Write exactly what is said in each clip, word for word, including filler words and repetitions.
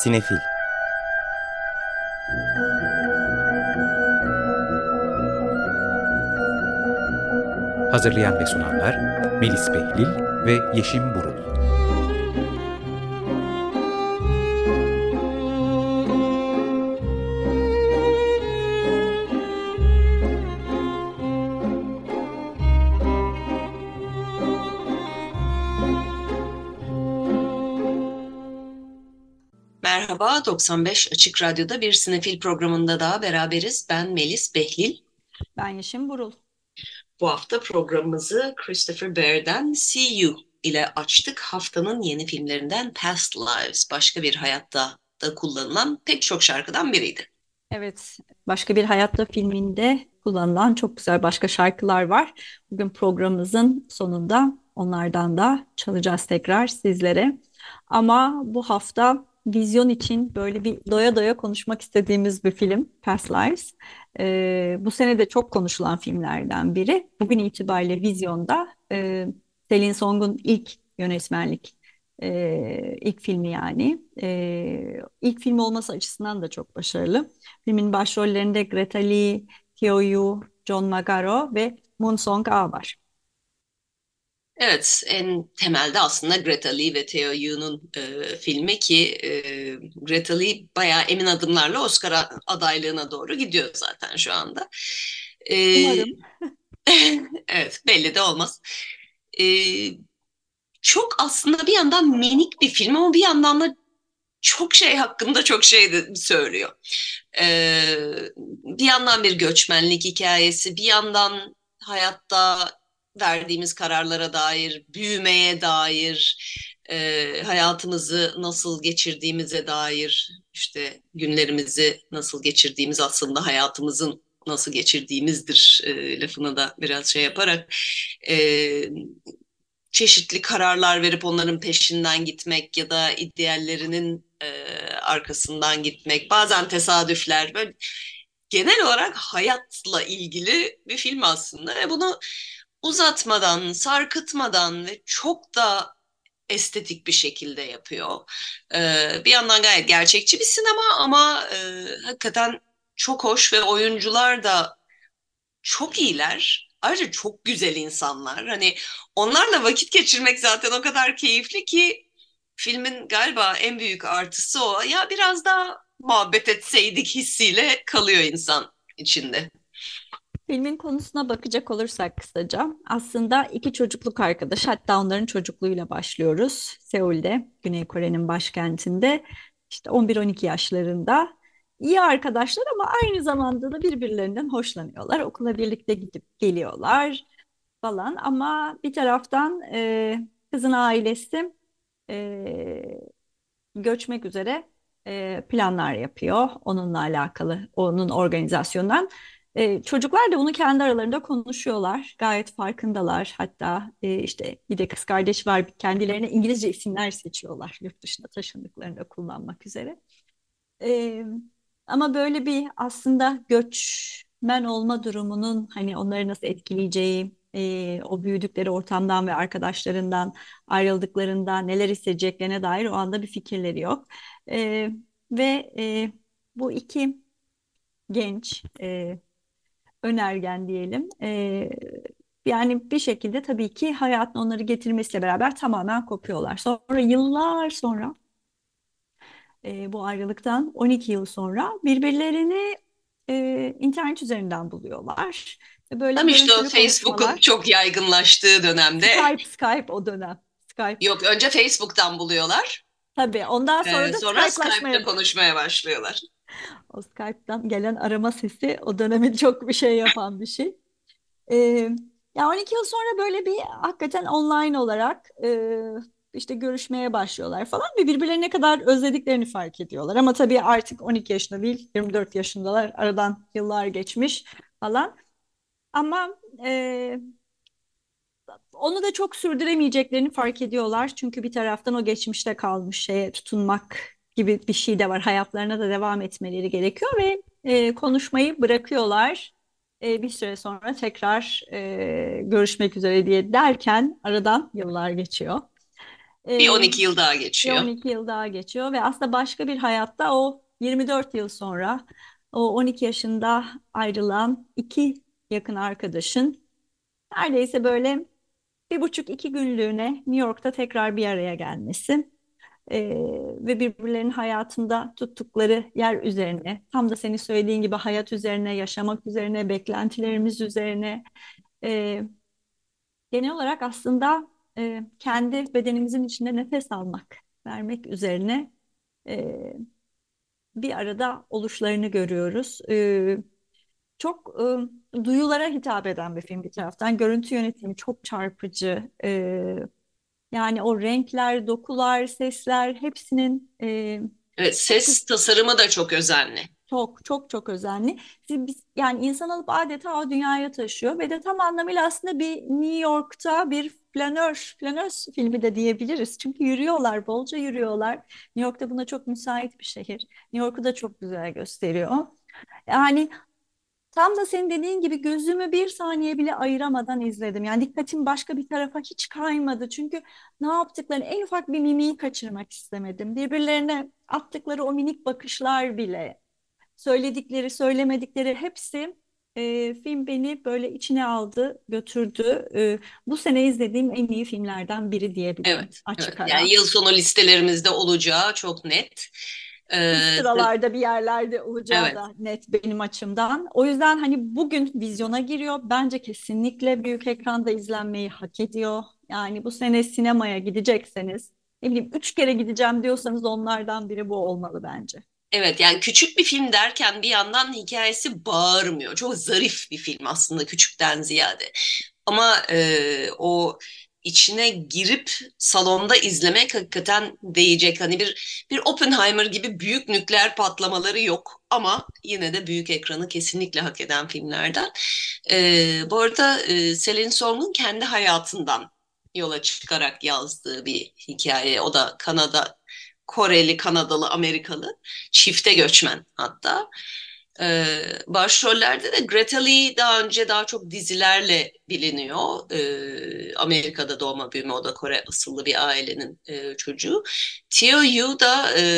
Sinefil. Hazırlayan ve sunanlar Melis Behlil ve Yeşim Burul. Merhaba, doksan beş Açık Radyo'da bir sinefil programında daha beraberiz. Ben Melis Behlil. Ben Yeşim Burul. Bu hafta programımızı Christopher Bear'den See You ile açtık. Haftanın yeni filmlerinden Past Lives, başka bir hayatta da kullanılan pek çok şarkıdan biriydi. Evet, Başka Bir Hayatta filminde kullanılan çok güzel başka şarkılar var. Bugün programımızın sonunda onlardan da çalacağız tekrar sizlere. Ama bu hafta vizyon için böyle bir doya doya konuşmak istediğimiz bir film Past Lives. Ee, bu sene de çok konuşulan filmlerden biri. Bugün itibariyle vizyonda e, Selin Song'un ilk yönetmenlik e, ilk filmi yani. E, ilk film olması açısından da çok başarılı. Filmin başrollerinde Greta Lee, Teo Yoo, John Magaro ve Moon Song-a var. Evet, en temelde aslında Greta Lee ve Teo Yoo'nun e, filmi ki e, Greta Lee bayağı emin adımlarla Oscar a- adaylığına doğru gidiyor zaten şu anda. E, Umarım. evet, belli de olmaz. E, Çok aslında bir yandan minik bir film ama bir yandan da çok şey hakkında çok şey de söylüyor. Ee, Bir yandan bir göçmenlik hikayesi, bir yandan hayatta verdiğimiz kararlara dair, büyümeye dair, e, hayatımızı nasıl geçirdiğimize dair, işte günlerimizi nasıl geçirdiğimiz aslında hayatımızın nasıl geçirdiğimizdir e, lafını da biraz şey yaparak e, çeşitli kararlar verip onların peşinden gitmek ya da ideallerinin e, arkasından gitmek, bazen tesadüfler, böyle genel olarak hayatla ilgili bir film aslında. Ve bunu uzatmadan, sarkıtmadan ve çok da estetik bir şekilde yapıyor. E, bir yandan gayet gerçekçi bir sinema ama e, hakikaten çok hoş ve oyuncular da çok iyiler. Ayrıca çok güzel insanlar. Hani onlarla vakit geçirmek zaten o kadar keyifli ki filmin galiba en büyük artısı o. Ya biraz daha muhabbet etseydik hissiyle kalıyor insan içinde. Filmin konusuna bakacak olursak kısaca aslında iki çocukluk arkadaş, hatta onların çocukluğuyla başlıyoruz. Seul'de, Güney Kore'nin başkentinde, işte on bir on iki yaşlarında iyi arkadaşlar ama aynı zamanda da birbirlerinden hoşlanıyorlar. Okula birlikte gidip geliyorlar falan ama bir taraftan e, kızın ailesi e, göçmek üzere e, planlar yapıyor onunla alakalı, onun organizasyonundan. E, çocuklar da bunu kendi aralarında konuşuyorlar. Gayet farkındalar. Hatta e, işte bir de kız kardeş var. Kendilerine İngilizce isimler seçiyorlar yurt dışına taşındıklarında kullanmak üzere. E, Ama böyle bir aslında göçmen olma durumunun hani onları nasıl etkileyeceği, e, o büyüdükleri ortamdan ve arkadaşlarından ayrıldıklarında neler hissedeceklerine dair o anda bir fikirleri yok. E, ve e, bu iki genç e, önergen diyelim. E, yani bir şekilde tabii ki hayatın onları getirmesiyle beraber tamamen kopuyorlar. Sonra yıllar sonra e, bu ayrılıktan on iki yıl sonra birbirlerini e, internet üzerinden buluyorlar. E, Böyle Tam işte o görüntülü Facebook'un konuşmalar. çok yaygınlaştığı dönemde, Skype, Skype o dönem. Skype. yok önce Facebook'tan buluyorlar, Tabii ondan sonra e, da sonra Skype'te Skype'laşmaya, konuşmaya başlıyorlar. o Skype'tan gelen arama sesi o dönemin çok bir şey yapan bir şey. E, Ya on iki yıl sonra böyle bir hakikaten online olarak e, işte görüşmeye başlıyorlar falan ve birbirlerini ne kadar özlediklerini fark ediyorlar. Ama tabii artık on iki yaşında değil, yirmi dört yaşındalar. Aradan yıllar geçmiş falan. Ama e, onu da çok sürdüremeyeceklerini fark ediyorlar. Çünkü bir taraftan o geçmişte kalmış şeye tutunmak gibi bir şey de var. Hayatlarına da devam etmeleri gerekiyor ve e, konuşmayı bırakıyorlar. E, bir süre sonra tekrar e, görüşmek üzere diye derken aradan yıllar geçiyor. Bir E, on iki yıl daha Bir geçiyor. on iki yıl daha geçiyor ve aslında başka bir hayatta o yirmi dört yıl sonra o on iki yaşında ayrılan iki yakın arkadaşın neredeyse böyle bir buçuk iki günlüğüne New York'ta tekrar bir araya gelmesi e, ve birbirlerinin hayatında tuttukları yer üzerine, tam da senin söylediğin gibi hayat üzerine, yaşamak üzerine, beklentilerimiz üzerine, e, genel olarak aslında e, kendi bedenimizin içinde nefes almak, vermek üzerine e, bir arada oluşlarını görüyoruz. E, çok e, duyulara hitap eden bir film bir taraftan. Görüntü yönetimi çok çarpıcı. E, yani o renkler, dokular, sesler hepsinin e, Evet, çok ses tasarımı da çok özenli. çok çok çok özenli. Siz- Biz, yani insan alıp adeta o dünyaya taşıyor ve de tam anlamıyla aslında bir New York'ta bir flanör, flanör filmi de diyebiliriz. Çünkü yürüyorlar, bolca yürüyorlar. New York'ta buna çok müsait bir şehir. New York'u da çok güzel gösteriyor. Yani tam da senin dediğin gibi gözümü bir saniye bile ayıramadan izledim. Yani dikkatim başka bir tarafa hiç kaymadı. Çünkü ne yaptıklarını en ufak bir mimiği kaçırmak istemedim. Birbirlerine attıkları o minik bakışlar bile, söyledikleri, söylemedikleri hepsi e, film beni böyle içine aldı, götürdü. E, bu sene izlediğim en iyi filmlerden biri diyebilirim Evet, evet. açık Yani ara. yıl sonu listelerimizde olacağı çok net. Üst Ee, sıralarda bir yerlerde olacağı evet. da net benim açımdan. O yüzden hani bugün vizyona giriyor. Bence kesinlikle büyük ekranda izlenmeyi hak ediyor. Yani bu sene sinemaya gidecekseniz, ne bileyim üç kere gideceğim diyorsanız onlardan biri bu olmalı bence. Evet, yani küçük bir film derken bir yandan hikayesi bağırmıyor. Çok zarif bir film aslında küçükten ziyade. Ama e, o içine girip salonda izlemek hakikaten değecek. Hani bir bir Oppenheimer gibi büyük nükleer patlamaları yok. Ama yine de büyük ekranı kesinlikle hak eden filmlerden. E, bu arada e, Celine Song'un kendi hayatından yola çıkarak yazdığı bir hikaye. O da Kanada, Koreli, Kanadalı, Amerikalı. Çifte göçmen hatta. Ee, başrollerde de Greta Lee daha önce daha çok dizilerle biliniyor. Ee, Amerika'da doğma büyüme, o da Kore asıllı bir ailenin e, çocuğu. Teo Yu da e,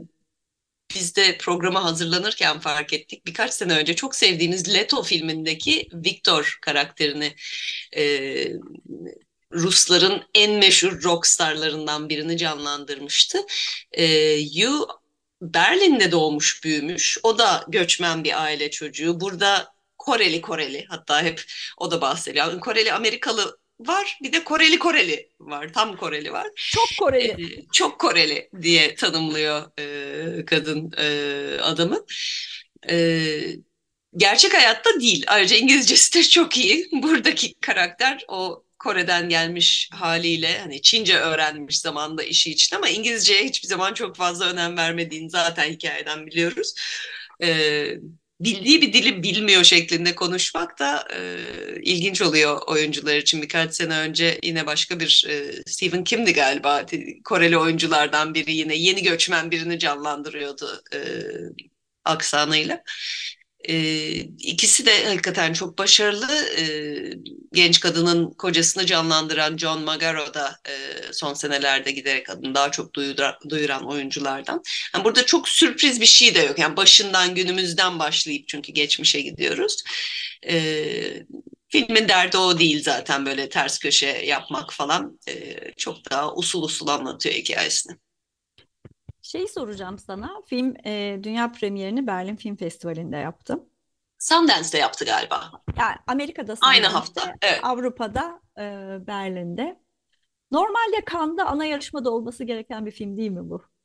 biz de programa hazırlanırken fark ettik. Birkaç sene önce çok sevdiğimiz Leto filmindeki Victor karakterini, e, Rusların en meşhur rockstarlarından birini canlandırmıştı. E, Yu Berlin'de doğmuş büyümüş. O da göçmen bir aile çocuğu. Burada Koreli Koreli, hatta hep o da bahsediyor. Yani Koreli Amerikalı var, bir de Koreli Koreli var. Tam Koreli var. Çok E, Koreli. çok Koreli diye tanımlıyor e, kadın e, adamı. E, Gerçek hayatta değil. Ayrıca İngilizcesi de çok iyi. Buradaki karakter o Kore'den gelmiş haliyle hani Çince öğrenmiş zamanında işi için ama İngilizceye hiçbir zaman çok fazla önem vermediğini zaten hikayeden biliyoruz. Ee, Bildiği bir dili bilmiyor şeklinde konuşmak da e, ilginç oluyor oyuncular için. Birkaç sene önce yine başka bir e, Stephen Kim'di galiba, Koreli oyunculardan biri, yine yeni göçmen birini canlandırıyordu e, aksanıyla. Ee, ikisi de hakikaten çok başarılı. Ee, genç kadının kocasını canlandıran John Magaro da e, son senelerde giderek adını daha çok duyura, duyuran oyunculardan. Yani burada çok sürpriz bir şey de yok. Yani başından, günümüzden başlayıp çünkü geçmişe gidiyoruz. Ee, Filmin derdi o değil zaten, böyle ters köşe yapmak falan. Ee, çok daha usul usul anlatıyor hikayesini. Şey soracağım sana. Film e, dünya premierini Berlin Film Festivali'nde yaptım. Sundance'de yaptı galiba. Yani Amerika'da Aynı Sundance'te, hafta. Evet. Avrupa'da e, Berlin'de. Normalde Cannes'da ana yarışmada olması gereken bir film değil mi bu?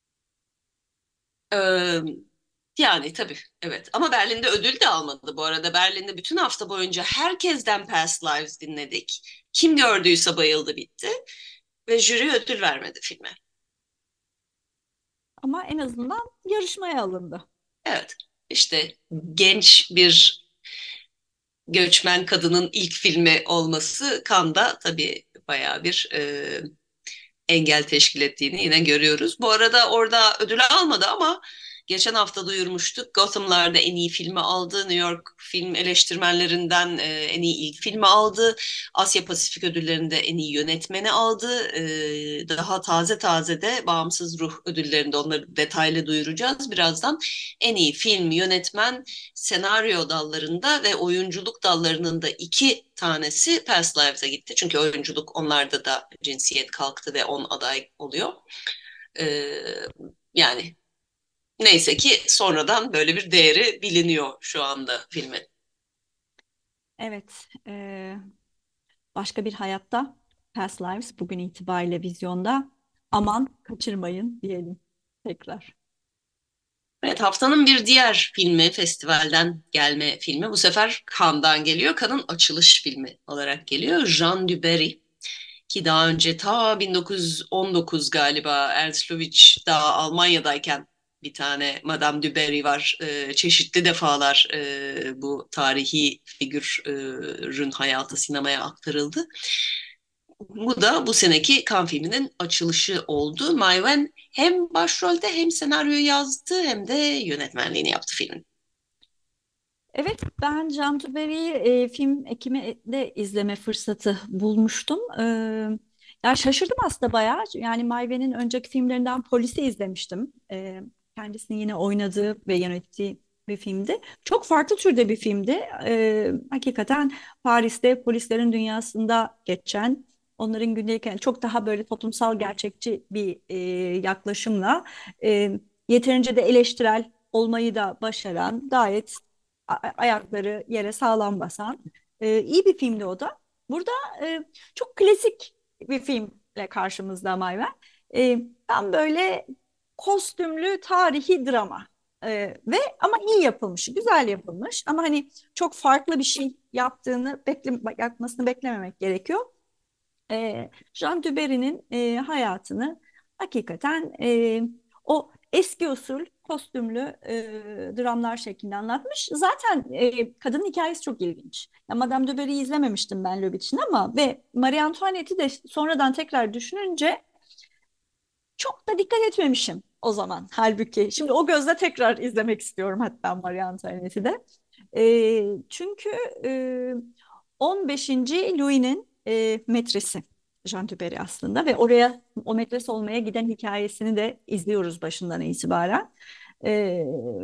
Ee, Yani tabii, evet, ama Berlin'de ödül de almadı bu arada. Berlin'de bütün hafta boyunca herkesten Past Lives dinledik. Kim gördüyse bayıldı, bitti ve jüri ödül vermedi filme. Ama en azından yarışmaya alındı. Evet, işte genç bir göçmen kadının ilk filmi olması Cannes'da tabii bayağı bir e, engel teşkil ettiğini yine görüyoruz. Bu arada orada ödül almadı ama Geçen hafta duyurmuştuk. Gotham'larda en iyi filmi aldı. New York film eleştirmenlerinden e, en iyi ilk filmi aldı. Asya Pasifik ödüllerinde en iyi yönetmeni aldı. E, daha taze taze de Bağımsız Ruh ödüllerinde onları detaylı duyuracağız birazdan. En iyi film, yönetmen, senaryo dallarında ve oyunculuk dallarının da iki tanesi Past Lives'a gitti. Çünkü oyunculuk onlarda da cinsiyet kalktı ve on aday oluyor. E, yani neyse ki sonradan böyle bir değeri biliniyor şu anda filmin. Evet, e, başka bir hayatta Past Lives bugün itibariyle vizyonda. Aman kaçırmayın diyelim tekrar. Evet, haftanın bir diğer filmi, festivalden gelme filmi. Bu sefer Cannes'dan geliyor. Cannes'ın açılış filmi olarak geliyor. Jean Dubarry. Ki daha önce ta bin dokuz yüz on dokuz galiba Ernst Lubitsch daha Almanya'dayken bir tane Madame du Barry var. Ee, çeşitli defalar e, bu tarihi figürün hayatı sinemaya aktarıldı. Bu da bu seneki Cannes filminin açılışı oldu. Mai Wen hem başrolde hem senaryoyu yazdı hem de yönetmenliğini yaptı filmin. Evet, ben Jean Dubarry'i e, film ekiminde izleme fırsatı bulmuştum. E, ya şaşırdım aslında bayağı. Yani Mayve'nin önceki filmlerinden Polis'i izlemiştim. E, kendisinin yine oynadığı ve yönettiği bir filmdi. Çok farklı türde bir filmdi. E, hakikaten Paris'te polislerin dünyasında geçen, onların gündelik çok daha böyle toplumsal gerçekçi bir e, yaklaşımla e, yeterince de eleştirel olmayı da başaran gayet a- ayakları yere sağlam basan e, iyi bir filmdi o da. Burada e, çok klasik bir filmle karşımızda Mayvel. E, Tam böyle kostümlü tarihi drama. E, ve ama iyi yapılmış, güzel yapılmış. Ama hani çok farklı bir şey yaptığını bekle, yapmasını beklememek gerekiyor. E, Jean Dubarry'nin e, hayatını hakikaten e, o eski usul kostümlü e, dramlar şeklinde anlatmış. Zaten e, kadının hikayesi çok ilginç. Ya, Madame du Barry'i izlememiştim ben Lubitsch'in ama ve Marie Antoinette'i de sonradan tekrar düşününce çok da dikkat etmemişim o zaman. Halbuki şimdi o gözle tekrar izlemek istiyorum hatta Marie Antoinette'i de. E, çünkü e, on beşinci. Louis'nin e, metresi Jean Dubarry aslında ve oraya o metres olmaya giden hikayesini de izliyoruz başından itibaren. E,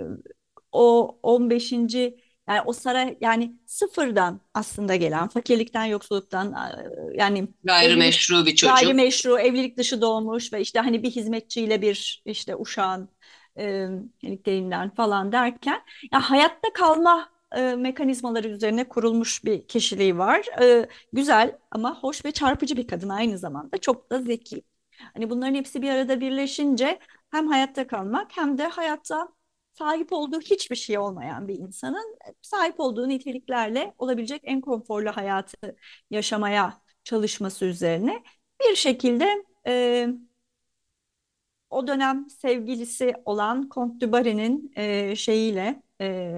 O on beşinci. yani o saray yani sıfırdan aslında gelen fakirlikten yoksulluktan e, yani evlilik Gayrimeşru bir çocuk. gayrimeşru evlilik dışı doğmuş ve işte hani bir hizmetçiyle bir işte uşağın e, birlikteliğinden falan derken ya hayatta kalma e, mekanizmaları üzerine kurulmuş bir kişiliği var. E, güzel ama hoş ve çarpıcı bir kadın aynı zamanda. Çok da zeki. Hani bunların hepsi bir arada birleşince hem hayatta kalmak hem de hayatta sahip olduğu hiçbir şey olmayan bir insanın sahip olduğu niteliklerle olabilecek en konforlu hayatı yaşamaya çalışması üzerine bir şekilde e, o dönem sevgilisi olan Comte du Barry'nin e, şeyiyle e,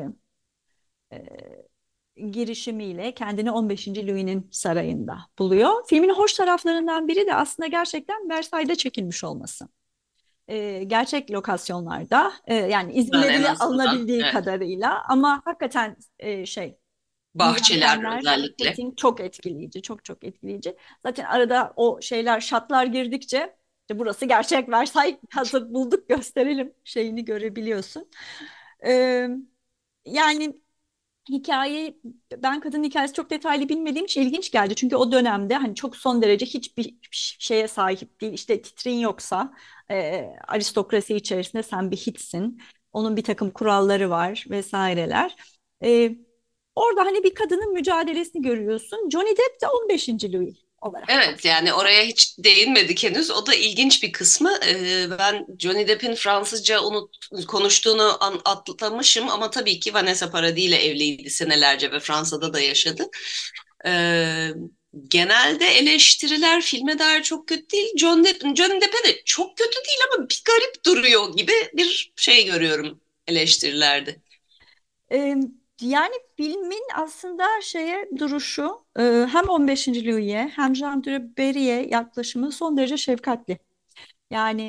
e, girişimiyle kendini on beşinci. Louis'nin sarayında buluyor. Filmin hoş taraflarından biri de aslında gerçekten Versailles'de çekilmiş olması. E, gerçek lokasyonlarda e, yani Ben en izinleri azından alınabildiği evet. kadarıyla ama hakikaten e, şey Bahçeler yönetmenler özellikle. setting çok etkileyici, çok çok etkileyici. Zaten arada o şeyler şatlar girdikçe işte burası gerçek Versailles hazır bulduk gösterelim şeyini görebiliyorsun. E, Yani hikaye ben kadının hikayesi çok detaylı bilmediğim için ilginç geldi. Çünkü o dönemde hani çok son derece hiçbir şeye sahip değil. İşte titrin yoksa e, aristokrasi içerisinde sen bir hitsin. Onun bir takım kuralları var vesaireler. E, Orada hani bir kadının mücadelesini görüyorsun. Johnny Depp de on beşinci. Louis olarak Evet, yani karşımızda. oraya hiç değinmedik henüz. O da ilginç bir kısmı. Ee, ben Johnny Depp'in Fransızca unut, konuştuğunu an, atlamışım ama tabii ki Vanessa Paradis ile evliydi senelerce ve Fransa'da da yaşadı. Ee, genelde eleştiriler filme dair çok kötü değil. John Depp, Johnny Depp'e de çok kötü değil ama bir garip duruyor gibi bir şey görüyorum eleştirilerde. Ee, Yani filmin aslında şeye duruşu e, hem on beşinci. Louis'e hem Jean de Barry'e yaklaşımı son derece şefkatli. Yani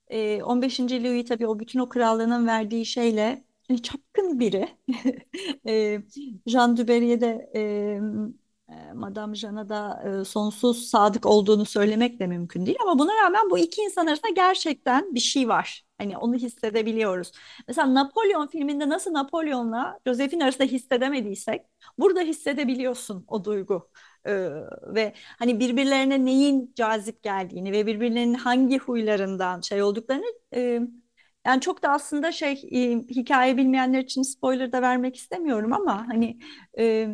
E, on beşinci. Louis tabii o bütün o krallığının verdiği şeyle e, çapkın biri. E, Jean Dubarry'e de e, e, Madame Jeanne'a da e, sonsuz sadık olduğunu söylemek de mümkün değil. Ama buna rağmen bu iki insan arasında gerçekten bir şey var. Hani onu hissedebiliyoruz. Mesela Napolyon filminde nasıl Napolyon'la Josephine arasında hissedemediysek burada hissedebiliyorsun o duygu. Ee, ve hani birbirlerine neyin cazip geldiğini ve birbirlerinin hangi huylarından şey olduklarını e, yani çok da aslında şey e, hikaye bilmeyenler için spoiler da vermek istemiyorum ama hani e,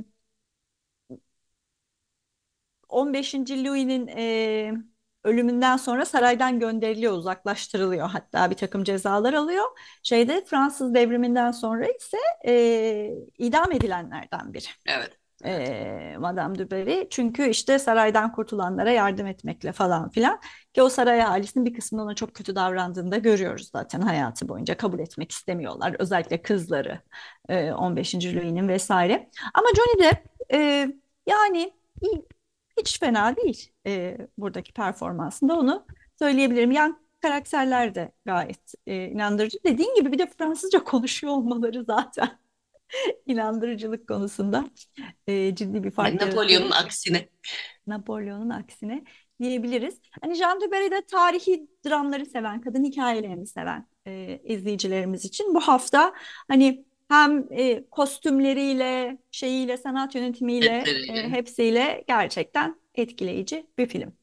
on beşinci. Louis'nin e, ölümünden sonra saraydan gönderiliyor, uzaklaştırılıyor. Hatta bir takım cezalar alıyor. Şeyde Fransız devriminden sonra ise e, idam edilenlerden biri. Evet. Evet. e, Madame du Barry. Çünkü işte saraydan kurtulanlara yardım etmekle falan filan. Ki o saray ahalisinin bir kısmının ona çok kötü davrandığını da görüyoruz zaten hayatı boyunca. Kabul etmek istemiyorlar. Özellikle kızları e, on beşinci. Louis'nin vesaire. Ama Johnny Depp e, yani iyi, hiç fena değil e, buradaki performansında onu söyleyebilirim. Yan karakterler de gayet e, inandırıcı. Dediğin gibi bir de Fransızca konuşuyor olmaları zaten inandırıcılık konusunda e, ciddi bir Yani fark yaratıyor. Napolyon'un aksine. Napolyon'un aksine diyebiliriz. Hani Jean Dubarry de tarihi dramları seven, kadın hikayelerini seven e, izleyicilerimiz için bu hafta hani hem e, kostümleriyle, şeyiyle, sanat yönetimiyle, e, Etleriyle. hepsiyle gerçekten etkileyici bir film.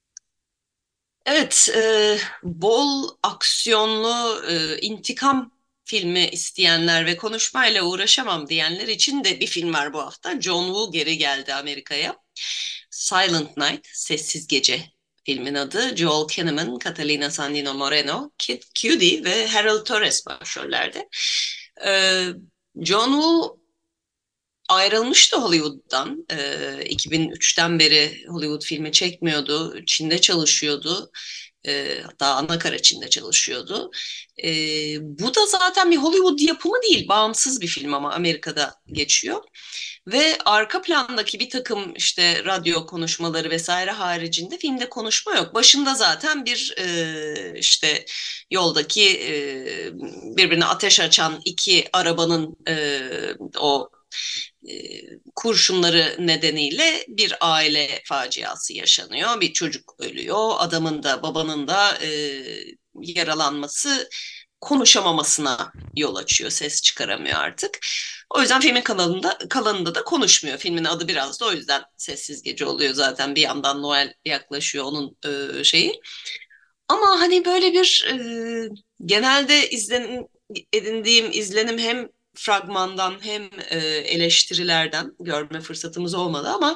Evet, e, bol aksiyonlu e, intikam filmi isteyenler ve konuşmayla uğraşamam diyenler için de bir film var bu hafta. John Woo geri geldi Amerika'ya. Silent Night, Sessiz Gece filmin adı. Joel Kinnaman, Catalina Sandino Moreno, Kid Cudi ve Harold Torres başrollerde. E, John Woo ayrılmıştı Hollywood'dan. Ee, iki bin üçten beri Hollywood filmi çekmiyordu. Çin'de çalışıyordu. Ee, hatta ana kara Çin'de çalışıyordu. Ee, bu da zaten bir Hollywood yapımı değil. Bağımsız bir film ama Amerika'da geçiyor. Ve arka plandaki bir takım işte radyo konuşmaları vesaire haricinde filmde konuşma yok. Başında zaten bir e, işte yoldaki e, birbirine ateş açan iki arabanın e, o e, kurşunları nedeniyle bir aile faciası yaşanıyor. Bir çocuk ölüyor. Adamın da babanın da e, yaralanması konuşamamasına yol açıyor. Ses çıkaramıyor artık. O yüzden filmin kalanında, kalanında da konuşmuyor. Filmin adı biraz da o yüzden Sessiz Gece oluyor zaten. Bir yandan Noel yaklaşıyor onun e, şeyi. Ama hani böyle bir e, genelde izlenim, edindiğim izlenim hem fragmandan hem e, eleştirilerden görme fırsatımız olmadı ama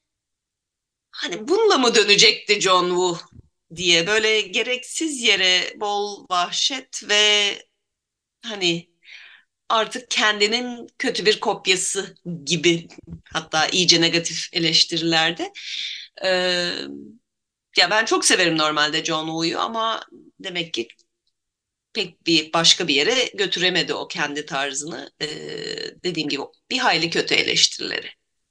hani bununla mı dönecekti John Woo diye böyle gereksiz yere bol vahşet ve hani artık kendinin kötü bir kopyası gibi hatta iyice negatif eleştirilerde. Ee, Ya ben çok severim normalde John Woo'yu ama demek ki pek bir başka bir yere götüremedi o kendi tarzını. Ee, dediğim gibi bir hayli kötü eleştirileri.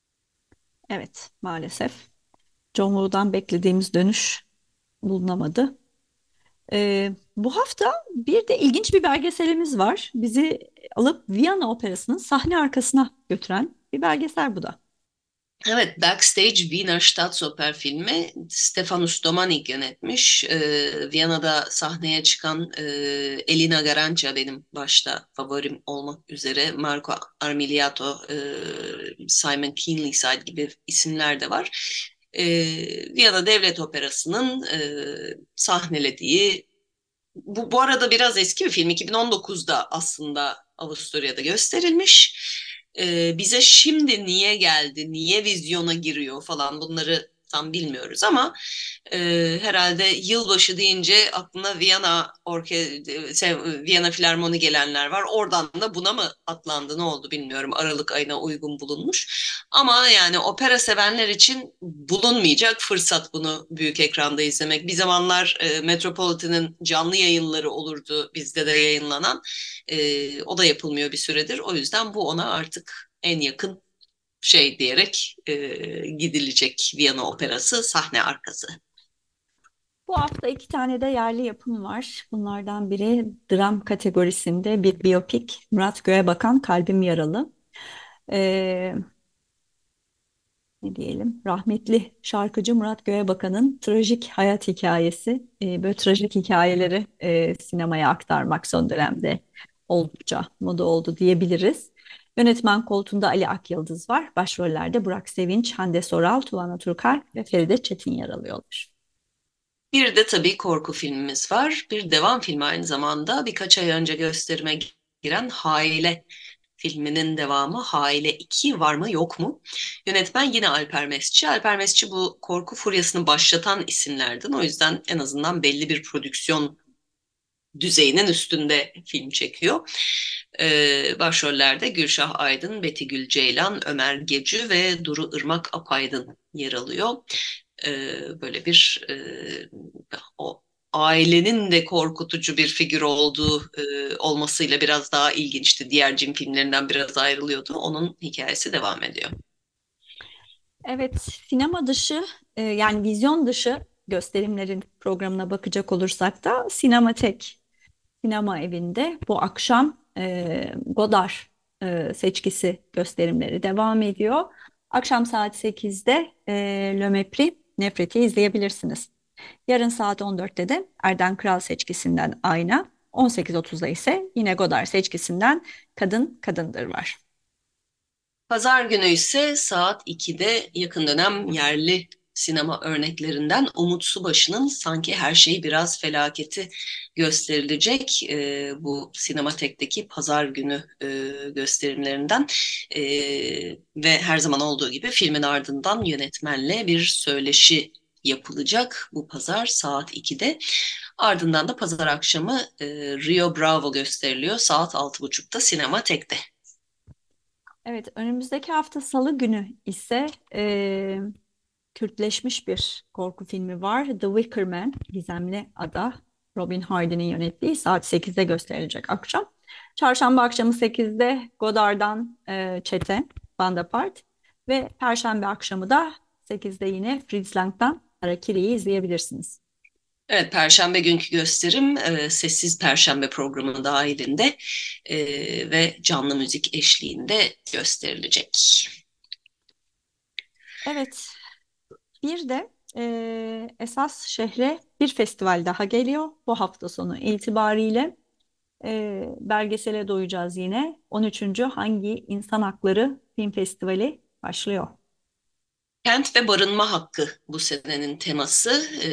Evet, maalesef. John Woo'dan beklediğimiz dönüş bulunamadı. Ee, bu hafta bir de ilginç bir belgeselimiz var. Bizi alıp Viyana Operası'nın sahne arkasına götüren bir belgesel bu da. Evet, Backstage Wiener Staatsoper filmi Stefanus Domanik yönetmiş. Ee, Viyana'da sahneye çıkan e, Elina Garanca benim başta favorim olmak üzere. Marco Armiliato, e, Simon Keenlyside gibi isimler de var. E, Viyana Devlet Operası'nın e, sahnelediği, bu, bu arada biraz eski bir film. iki bin on dokuzda aslında Avusturya'da gösterilmiş. Ee, bize şimdi niye geldi, niye vizyona giriyor falan bunları tam bilmiyoruz ama e, herhalde yılbaşı deyince aklına Viyana Orke şey, Viyana Filarmoni gelenler var. Oradan da buna mı atlandı ne oldu bilmiyorum. Aralık ayına uygun bulunmuş. Ama yani opera sevenler için bulunmayacak fırsat bunu büyük ekranda izlemek. Bir zamanlar e, Metropolitan'ın canlı yayınları olurdu bizde de yayınlanan. E, o da yapılmıyor bir süredir. O yüzden bu ona artık en yakın şey diyerek e, gidilecek Viyana Operası sahne arkası. Bu hafta iki tane de yerli yapım var. Bunlardan biri dram kategorisinde bir biyopik. Murat Göğebakan Kalbim Yaralı. Ee, ne diyelim? Rahmetli şarkıcı Murat Göğebakan'ın trajik hayat hikayesi. Ee, böyle trajik hikayeleri e, sinemaya aktarmak son dönemde oldukça moda oldu diyebiliriz. Yönetmen koltuğunda Ali Akyıldız var. Başrollerde Burak Sevinç, Hande Soral, Tuana Turkay ve Feride Çetin yer alıyorlar. Bir de tabii korku filmimiz var. Bir devam filmi aynı zamanda. Birkaç ay önce gösterime giren Haile filminin devamı Haile iki var mı yok mu? Yönetmen yine Alper Mesci. Alper Mesci bu korku furyasını başlatan isimlerden. O yüzden en azından belli bir prodüksiyon düzeyinin üstünde film çekiyor. Ee, başrollerde Gülşah Aydın, Beti Gül Ceylan, Ömer Gecü ve Duru Irmak Apaydın yer alıyor. Ee, böyle bir e, o ailenin de korkutucu bir figür olduğu e, olmasıyla biraz daha ilginçti. Diğer cin filmlerinden biraz ayrılıyordu. Onun hikayesi devam ediyor. Evet, sinema dışı e, yani vizyon dışı gösterimlerin programına bakacak olursak da Sinematek sinema evinde bu akşam e, Godard e, seçkisi gösterimleri devam ediyor. Akşam saat sekizde e, Le Mépris Nefret'i izleyebilirsiniz. Yarın saat on dörtte de Erden Kral seçkisinden Ayna, on sekiz otuzda ise yine Godard seçkisinden Kadın Kadındır var. Pazar günü ise saat ikide yakın dönem yerli sinema örneklerinden Umut Subaşı'nın Sanki Her Şey Biraz Felaketi gösterilecek. E, bu Sinematek'teki pazar günü e, gösterimlerinden e, ve her zaman olduğu gibi filmin ardından yönetmenle bir söyleşi yapılacak bu pazar saat ikide. Ardından da pazar akşamı e, Rio Bravo gösteriliyor saat altı buçukta Sinematek'te. Evet, önümüzdeki hafta Salı günü ise e, Kürtleşmiş bir korku filmi var. The Wicker Man, Gizemli Ada. Robin Hardy'nin yönettiği saat sekizde gösterilecek akşam. Çarşamba akşamı sekizde Godard'dan e, Çete, Bandapart ve Perşembe akşamı da sekizde yine Fritz Lang'dan Harakiri'yi izleyebilirsiniz. Evet, Perşembe günkü gösterim e, Sessiz Perşembe programı dahilinde e, ve canlı müzik eşliğinde gösterilecek. Evet, bir de e, esas şehre bir festival daha geliyor bu hafta sonu itibariyle. E, belgesele doyacağız yine. on üçüncü Hangi İnsan Hakları Film Festivali başlıyor. Kent ve barınma hakkı bu senenin teması. E,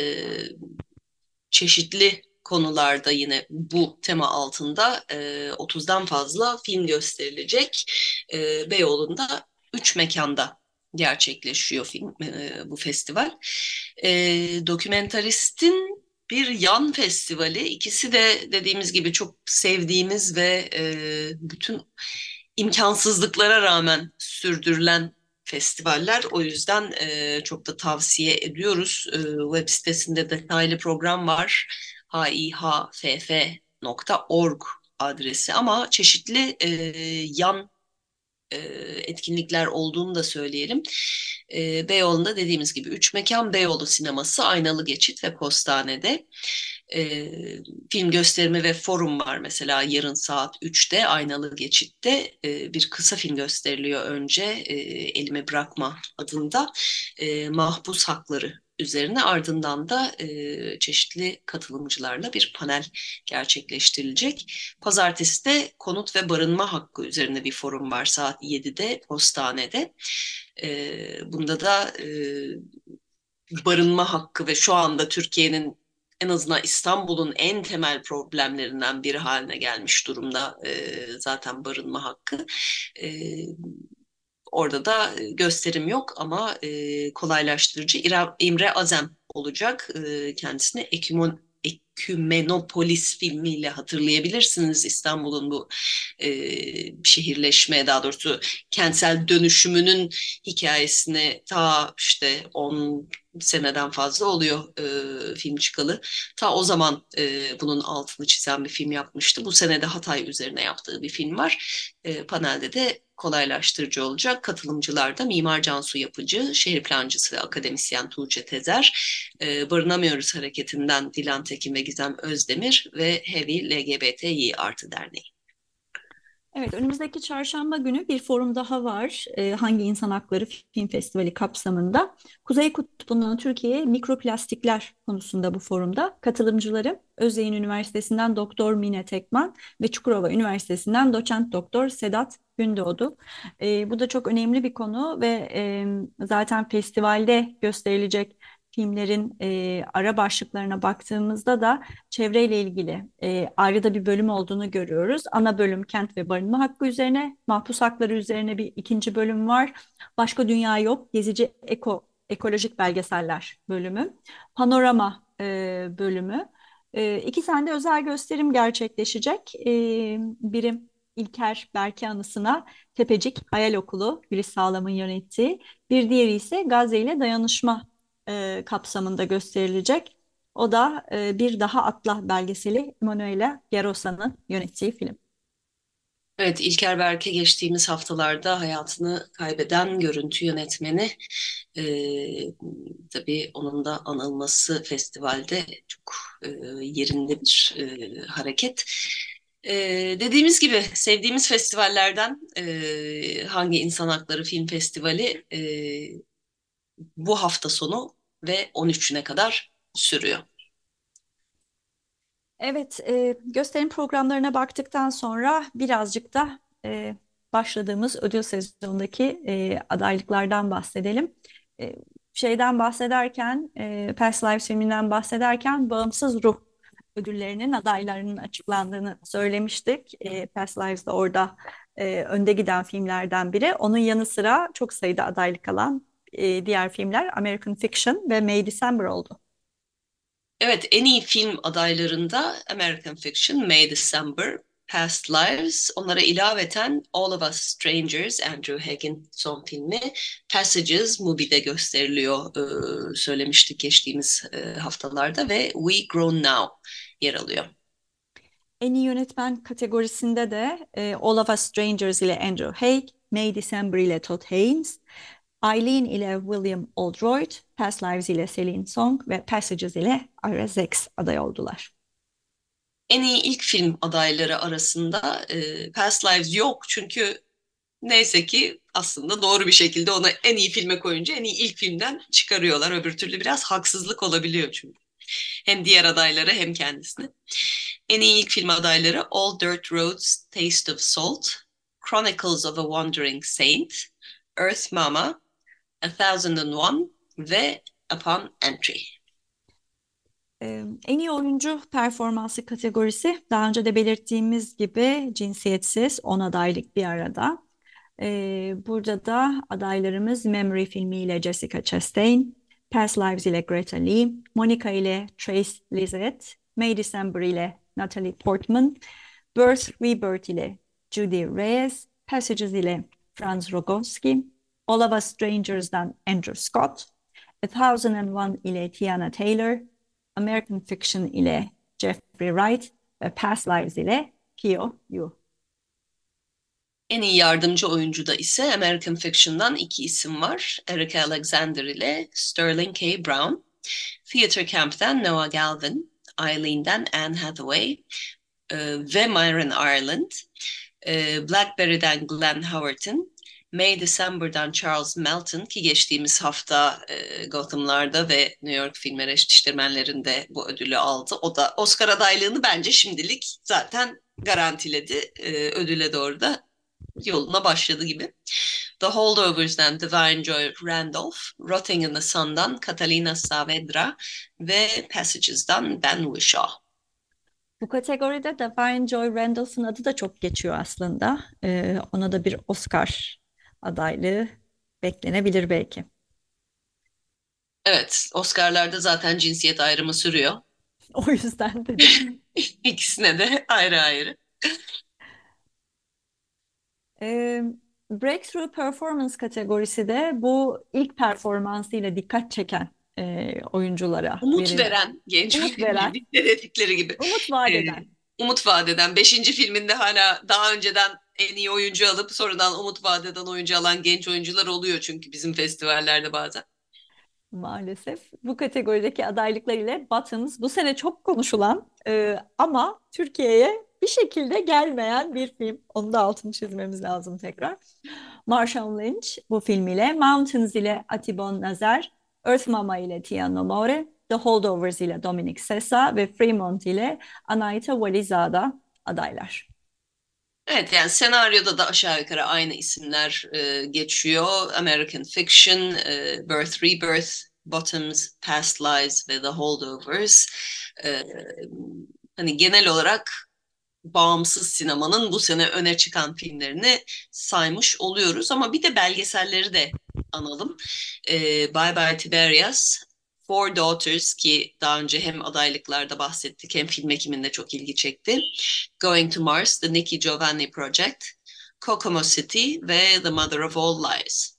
çeşitli konularda yine bu tema altında e, otuzdan fazla film gösterilecek. E, Beyoğlu'nda üç mekanda gerçekleşiyor film e, bu festival. E, Dokumentaristin bir yan festivali. İkisi de dediğimiz gibi çok sevdiğimiz ve e, bütün imkansızlıklara rağmen sürdürülen festivaller. O yüzden e, çok da tavsiye ediyoruz. E, web sitesinde detaylı program var. h i h f f nokta org adresi ama çeşitli e, yan e, etkinlikler olduğunu da söyleyelim. E, Beyoğlu'nda dediğimiz gibi üç mekan Beyoğlu Sineması, Aynalı Geçit ve Postane'de. E, film gösterimi ve forum var mesela yarın saat üçte Aynalı Geçit'te e, bir kısa film gösteriliyor önce e, Elimi Bırakma adında e, mahpus hakları üzerine ardından da e, çeşitli katılımcılarla bir panel gerçekleştirilecek. Pazartesi de konut ve barınma hakkı üzerine bir forum var saat yedide Postane'de. E, bunda da e, barınma hakkı ve şu anda Türkiye'nin en azından İstanbul'un en temel problemlerinden biri haline gelmiş durumda e, zaten barınma hakkı. E, orada da gösterim yok ama e, kolaylaştırıcı İmre Azem olacak. E, kendisini Ekümon Ekümenopolis filmiyle hatırlayabilirsiniz. İstanbul'un bu e, şehirleşme, daha doğrusu kentsel dönüşümünün hikayesini ta işte on bir seneden fazla oluyor e, film çıkalı. Ta o zaman e, bunun altını çizen bir film yapmıştı. Bu sene de Hatay üzerine yaptığı bir film var. E, panelde de kolaylaştırıcı olacak. Katılımcılar da Mimar Cansu Yapıcı, şehir plancısı ve akademisyen Tuğçe Tezer, e, Barınamıyoruz Hareketi'nden Dilan Tekin ve Gizem Özdemir ve Heavy L G B T İ Artı Derneği. Evet, önümüzdeki çarşamba günü bir forum daha var. Ee, Hangi İnsan Hakları Film Festivali kapsamında. Kuzey Kutbu'ndan Türkiye'ye mikroplastikler konusunda bu forumda. Katılımcıları Özyeğin Üniversitesi'nden Doktor Mine Tekman ve Çukurova Üniversitesi'nden Doçent Doktor Sedat Gündoğdu. Ee, bu da çok önemli bir konu ve e, zaten festivalde gösterilecek filmlerin e, ara başlıklarına baktığımızda da çevreyle ilgili e, ayrı da bir bölüm olduğunu görüyoruz. Ana bölüm kent ve barınma hakkı üzerine, mahpus hakları üzerine bir ikinci bölüm var. Başka Dünya Yok, gezici eko, ekolojik belgeseller bölümü. Panorama e, bölümü. E, iki tane de özel gösterim gerçekleşecek. E, biri İlker Berke anısına Tepecik Hayal Okulu, Gülis Sağlam'ın yönettiği. Bir diğeri ise Gazze ile Dayanışma e, kapsamında gösterilecek. O da e, Bir Daha Atla belgeseli, Emanuela Gerosa'nın yönettiği film. Evet, İlker Berke geçtiğimiz haftalarda hayatını kaybeden görüntü yönetmeni. Ee, tabii onun da anılması festivalde çok e, yerinde bir e, hareket. Ee, dediğimiz gibi sevdiğimiz festivallerden e, Hangi İnsan Hakları Film Festivali e, bu hafta sonu ve on üçüne kadar sürüyor. Evet, e, gösterim programlarına baktıktan sonra birazcık da e, başladığımız ödül sezonundaki e, adaylıklardan bahsedelim. E, Şeyden bahsederken, e, Past Lives filminden bahsederken Bağımsız Ruh ödüllerinin adaylarının açıklandığını söylemiştik. E, Past Lives de orada e, önde giden filmlerden biri. Onun yanı sıra çok sayıda adaylık alan e, diğer filmler American Fiction ve May December oldu. Evet, en iyi film adaylarında American Fiction, May December, Past Lives, onlara ilaveten All of Us Strangers, Andrew Haig'in son filmi, Passages, Mubi'de gösteriliyor, e, söylemiştik geçtiğimiz e, haftalarda ve We Grow Now yer alıyor. En iyi yönetmen kategorisinde de e, All of Us Strangers ile Andrew Haigh, May December ile Todd Haynes, Eileen ile William Oldroyd, Past Lives ile Celine Song ve Passages ile Ira Zex aday oldular. En iyi ilk film adayları arasında e, Past Lives yok çünkü neyse ki aslında doğru bir şekilde onu en iyi filme koyunca en iyi ilk filmden çıkarıyorlar. Öbür türlü biraz haksızlık olabiliyor çünkü. Hem diğer adaylara hem kendisine. En iyi ilk film adayları All Dirt Roads, Taste of Salt, Chronicles of a Wandering Saint, Earth Mama, A Thousand and One ve Upon Entry. Ee, En iyi oyuncu performansı kategorisi daha önce de belirttiğimiz gibi cinsiyetsiz on adaylık bir arada. Ee, burada da adaylarımız Memory filmiyle Jessica Chastain, Past Lives ile Greta Lee, Monica ile Trace Lizette, May December ile Natalie Portman, Birth Rebirth ile Judy Reyes, Passages ile Franz Rogowski, All of Us Strangers'dan Andrew Scott, A Thousand and One ile Tiana Taylor, American Fiction ile Jeffrey Wright ve Past Lives ile Kyo Yu. En iyi yardımcı oyuncuda ise American Fiction'dan iki isim var. Erica Alexander ile Sterling K. Brown. Theater Camp'ten Noah Galvin, Eileen'den Anne Hathaway e, ve Myron Ireland. E, Blackberry'den Glenn Howerton, May December'dan Charles Melton ki geçtiğimiz hafta e, Gotham'larda ve New York Film Eleştirmenlerinde bu ödülü aldı. O da Oscar adaylığını bence şimdilik zaten garantiledi. E, ödüle doğru da yoluna başladı gibi. The Holdovers'dan Divine Joy Randolph, Rotting in the Sun'dan Catalina Saavedra ve Passages'dan Ben Whishaw. Bu kategoride Divine Joy Randolph'un adı da çok geçiyor aslında. Ee, ona da bir Oscar adaylığı beklenebilir belki. Evet, Oscar'larda zaten cinsiyet ayrımı sürüyor. O yüzden dedim. İkisine de ayrı ayrı. Ee, Breakthrough Performance kategorisi de bu ilk performansıyla dikkat çeken e, oyunculara Umut verilen. veren genç Umut veren, oyuncu dedikleri gibi. umut vaat Ee, eden. Umut vaat eden. Beşinci filminde hala daha önceden en iyi oyuncu alıp sonradan umut vaat eden oyuncu alan genç oyuncular oluyor çünkü bizim festivallerde bazen. Maalesef bu kategorideki adaylıklar ile Bottoms bu sene çok konuşulan e, ama Türkiye'ye bir şekilde gelmeyen bir film. Onu da altını çizmemiz lazım tekrar. Marshawn Lynch bu filmiyle, Mountains ile Atibon Nazer, Earth Mama ile Tia Nomore, The Holdovers ile Dominic Sessa ve Fremont ile Anaita Walizada adaylar. Evet, yani senaryoda da aşağı yukarı aynı isimler e, geçiyor. American Fiction, e, Birth, Rebirth, Bottoms, Past Lives ve The Holdovers. E, Hani genel olarak bağımsız sinemanın bu sene öne çıkan filmlerini saymış oluyoruz. Ama bir de belgeselleri de analım. E, Bye Bye Tiberias, Four Daughters ki daha önce hem adaylıklarda bahsettik hem film ekiminde çok ilgi çekti. Going to Mars, The Nikki Giovanni Project, Kokomo City ve The Mother of All Lies.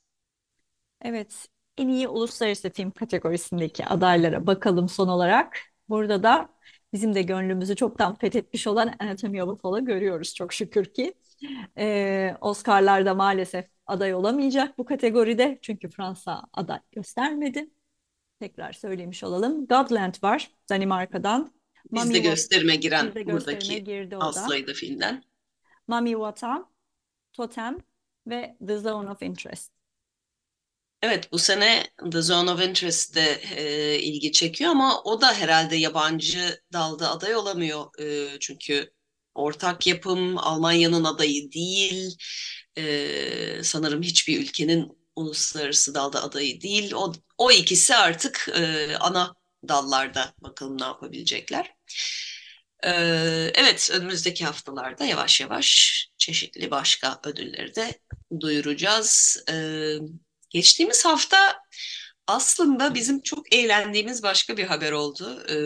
Evet, en iyi uluslararası film kategorisindeki adaylara bakalım son olarak. Burada da bizim de gönlümüzü çoktan fethetmiş olan Anatomy of a Fall'ı görüyoruz çok şükür ki. Ee, Oscar'larda maalesef aday olamayacak bu kategoride. Çünkü Fransa aday göstermedi. Tekrar söylemiş olalım. Godland var Danimarka'dan. Mami Bizde Wat gösterime giren bizde gösterime buradaki girdi o az da. sayıda filmden. Mami Wata, Totem ve The Zone of Interest. Evet, bu sene The Zone of Interest de e, ilgi çekiyor ama o da herhalde yabancı dalda aday olamıyor. E, çünkü ortak yapım Almanya'nın adayı değil. E, sanırım hiçbir ülkenin uluslararası dalda adayı değil. O, o ikisi artık e, ana dallarda bakalım ne yapabilecekler. E, evet, önümüzdeki haftalarda yavaş yavaş çeşitli başka ödülleri de duyuracağız. E, Geçtiğimiz hafta aslında bizim çok eğlendiğimiz başka bir haber oldu. Ee,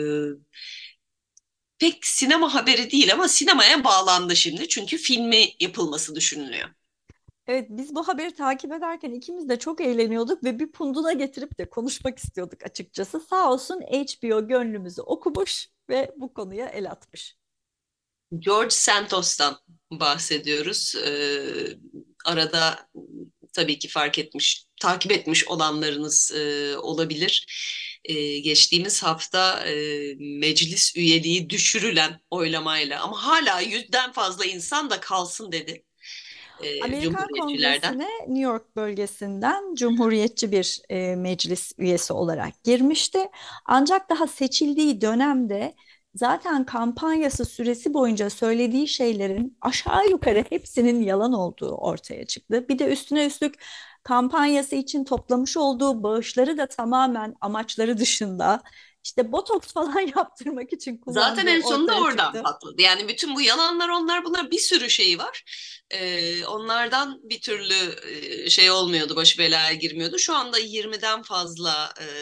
pek sinema haberi değil ama sinemaya bağlandı şimdi. Çünkü filmi yapılması düşünülüyor. Evet, biz bu haberi takip ederken ikimiz de çok eğleniyorduk ve bir punduna getirip de konuşmak istiyorduk açıkçası. Sağ olsun H B O gönlümüzü okumuş ve bu konuya el atmış. George Santos'tan bahsediyoruz. Ee, arada tabii ki fark etmiş, takip etmiş olanlarınız e, olabilir. E, geçtiğimiz hafta e, meclis üyeliği düşürülen oylamayla ama hala yüzden fazla insan da kalsın dedi e, Amerikan Cumhuriyetçilerden. Kongresi'ne New York bölgesinden Cumhuriyetçi bir e, meclis üyesi olarak girmişti. Ancak daha seçildiği dönemde zaten kampanyası süresi boyunca söylediği şeylerin aşağı yukarı hepsinin yalan olduğu ortaya çıktı. Bir de üstüne üstlük kampanyası için toplamış olduğu bağışları da tamamen amaçları dışında işte botoks falan yaptırmak için Zaten kullandığı en sonunda ortaya oradan çıktı. patladı. Yani bütün bu yalanlar onlar bunlar bir sürü şey var. Ee, onlardan bir türlü e, şey olmuyordu, başı belaya girmiyordu. Şu anda yirmiden fazla e,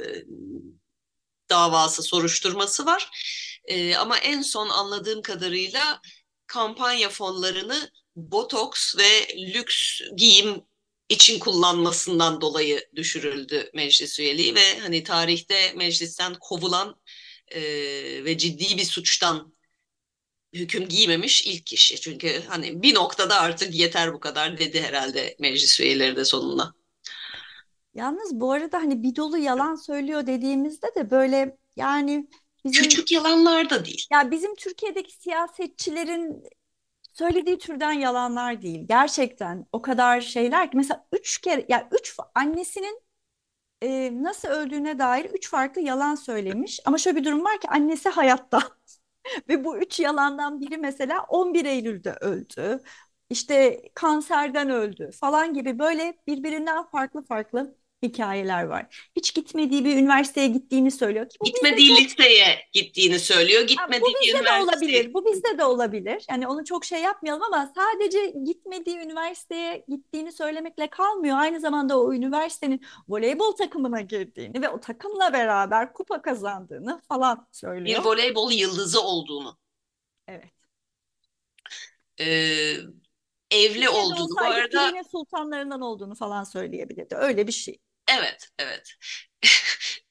davası, soruşturması var. Ee, ama en son anladığım kadarıyla kampanya fonlarını botoks ve lüks giyim için kullanmasından dolayı düşürüldü meclis üyeliği ve hani tarihte meclisten kovulan e, ve ciddi bir suçtan hüküm giymemiş ilk kişi. Çünkü hani bir noktada artık yeter bu kadar dedi herhalde meclis üyeleri de sonuna. Yalnız bu arada hani bir dolu yalan söylüyor dediğimizde de böyle yani bizim Küçük yalanlar da değil. ya bizim Türkiye'deki siyasetçilerin söylediği türden yalanlar değil. Gerçekten o kadar şeyler ki mesela üç kere ya üç annesinin e, nasıl öldüğüne dair üç farklı yalan söylemiş. Ama şöyle bir durum var ki annesi hayatta. Ve bu üç yalandan biri mesela on bir Eylül'de öldü. İşte kanserden öldü falan gibi böyle birbirinden farklı farklı hikayeler var. Hiç gitmediği bir üniversiteye gittiğini söylüyor ki bu bizde Gitmediği çok liseye gittiğini söylüyor. ha, bu Gitmediği bizde de üniversiteye. olabilir. Bu bizde de olabilir. Yani onu çok şey yapmayalım ama sadece gitmediği üniversiteye gittiğini söylemekle kalmıyor. Aynı zamanda o üniversitenin voleybol takımına girdiğini ve o takımla beraber kupa kazandığını falan Bir söylüyor. voleybol yıldızı olduğunu. Evet. Ee, evli Türkiye'de olduğunu. Bu olsaydı arada filenin sultanlarından olduğunu falan söyleyebilirdi. Öyle bir şey. evet, evet.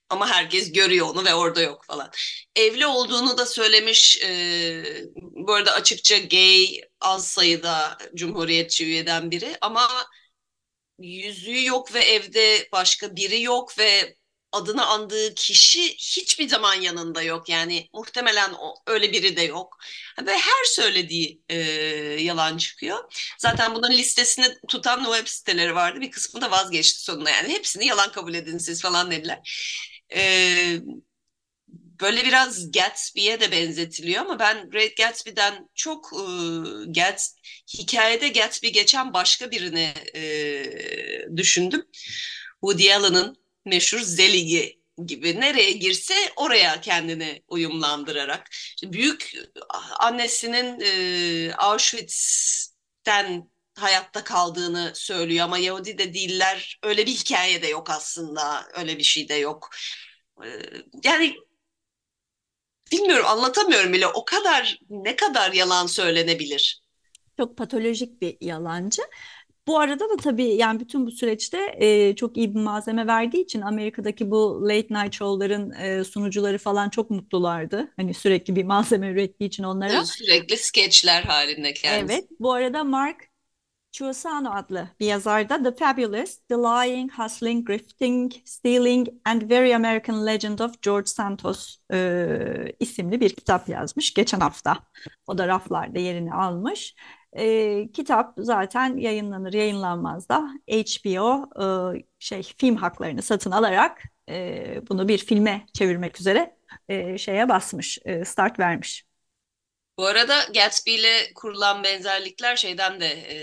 Ama herkes görüyor onu ve orada yok falan. Evli olduğunu da söylemiş. Ee, bu arada açıkça gay, az sayıda Cumhuriyetçi üyeden biri ama yüzüğü yok ve evde başka biri yok ve adını andığı kişi hiçbir zaman yanında yok. Yani muhtemelen o, öyle biri de yok. Ve her söylediği e, yalan çıkıyor. Zaten bunun listesini tutan web siteleri vardı. Bir kısmı da vazgeçti sonunda. Yani hepsini yalan kabul edin siz falan dediler. E, Böyle biraz Gatsby'ye de benzetiliyor ama ben Great Gatsby'den çok e, Gats hikayede Gatsby geçen başka birini e, düşündüm. Woody Allen'ın meşhur Zelig'i gibi nereye girse oraya kendini uyumlandırarak. İşte büyük annesinin e, Auschwitz'ten hayatta kaldığını söylüyor ama Yahudi de değiller. Öyle bir hikaye de yok aslında. Öyle bir şey de yok. E, Yani bilmiyorum, anlatamıyorum bile. O kadar, ne kadar yalan söylenebilir? Çok patolojik bir yalancı. Bu arada da tabii yani bütün bu süreçte e, çok iyi bir malzeme verdiği için Amerika'daki bu late night show'ların e, sunucuları falan çok mutlulardı. Hani sürekli bir malzeme ürettiği için onlara. Sürekli skeçler halinde kendisi. Evet. Bu arada Mark Chiusano adlı bir yazar da The Fabulous, The Lying, Hustling, Grifting, Stealing and Very American Legend of George Santos e, isimli bir kitap yazmış geçen hafta. O da raflarda yerini almış. E, kitap zaten yayınlanır yayınlanmaz da H B O e, şey film haklarını satın alarak e, bunu bir filme çevirmek üzere e, şeye basmış, e, start vermiş. Bu arada Gatsby ile kurulan benzerlikler şeyden de e,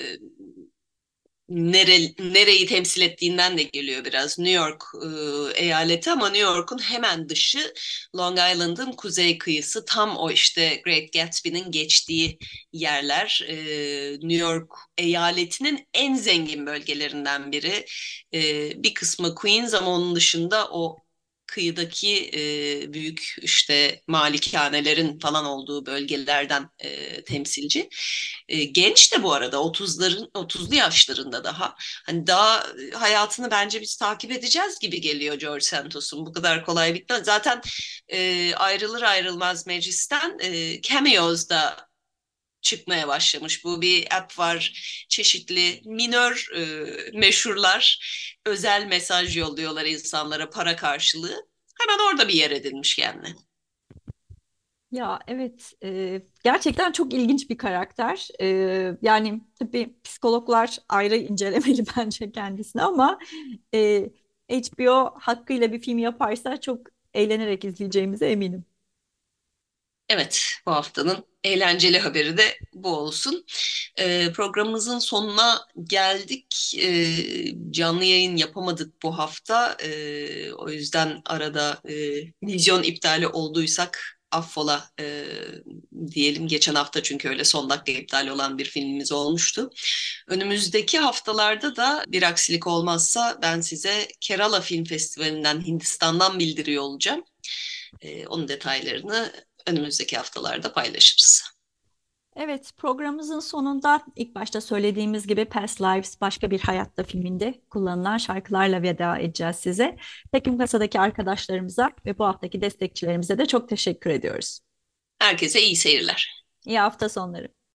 nere, nereyi temsil ettiğinden de geliyor biraz. New York e, eyaleti ama New York'un hemen dışı Long Island'ın kuzey kıyısı. Tam o işte Great Gatsby'nin geçtiği yerler. E, New York eyaletinin en zengin bölgelerinden biri. E, bir kısmı Queens ama onun dışında o kıyıdaki e, büyük işte malikanelerin falan olduğu bölgelerden e, temsilci. E, genç de bu arada otuzların otuzlu yaşlarında daha. Hani daha hayatını bence biz takip edeceğiz gibi geliyor George Santos'un. Bu kadar kolay bitmez. Zaten e, ayrılır ayrılmaz meclisten e, Cameos'da çıkmaya başlamış. Bu bir app var. Çeşitli minör e, meşhurlar özel mesaj yolluyorlar insanlara para karşılığı. Hemen orada bir yer edinmiş kendine. Ya evet, e, gerçekten çok ilginç bir karakter. E, yani tabii psikologlar ayrı incelemeli bence kendisini ama e, H B O hakkıyla bir film yaparsa çok eğlenerek izleyeceğimize eminim. Evet, bu haftanın eğlenceli haberi de bu olsun. Ee, programımızın sonuna geldik. Ee, canlı yayın yapamadık bu hafta. Ee, o yüzden arada e, vizyon iptali olduysak affola e, diyelim. Geçen hafta çünkü öyle son dakika iptal olan bir filmimiz olmuştu. Önümüzdeki haftalarda da bir aksilik olmazsa ben size Kerala Film Festivali'nden Hindistan'dan bildiriyor olacağım. Ee, onun detaylarını önümüzdeki haftalarda paylaşırız. Evet, programımızın sonunda ilk başta söylediğimiz gibi Past Lives Başka Bir Hayatta filminde kullanılan şarkılarla veda edeceğiz size. Tekim Kasa'daki arkadaşlarımıza ve bu haftaki destekçilerimize de çok teşekkür ediyoruz. Herkese iyi seyirler. İyi hafta sonları.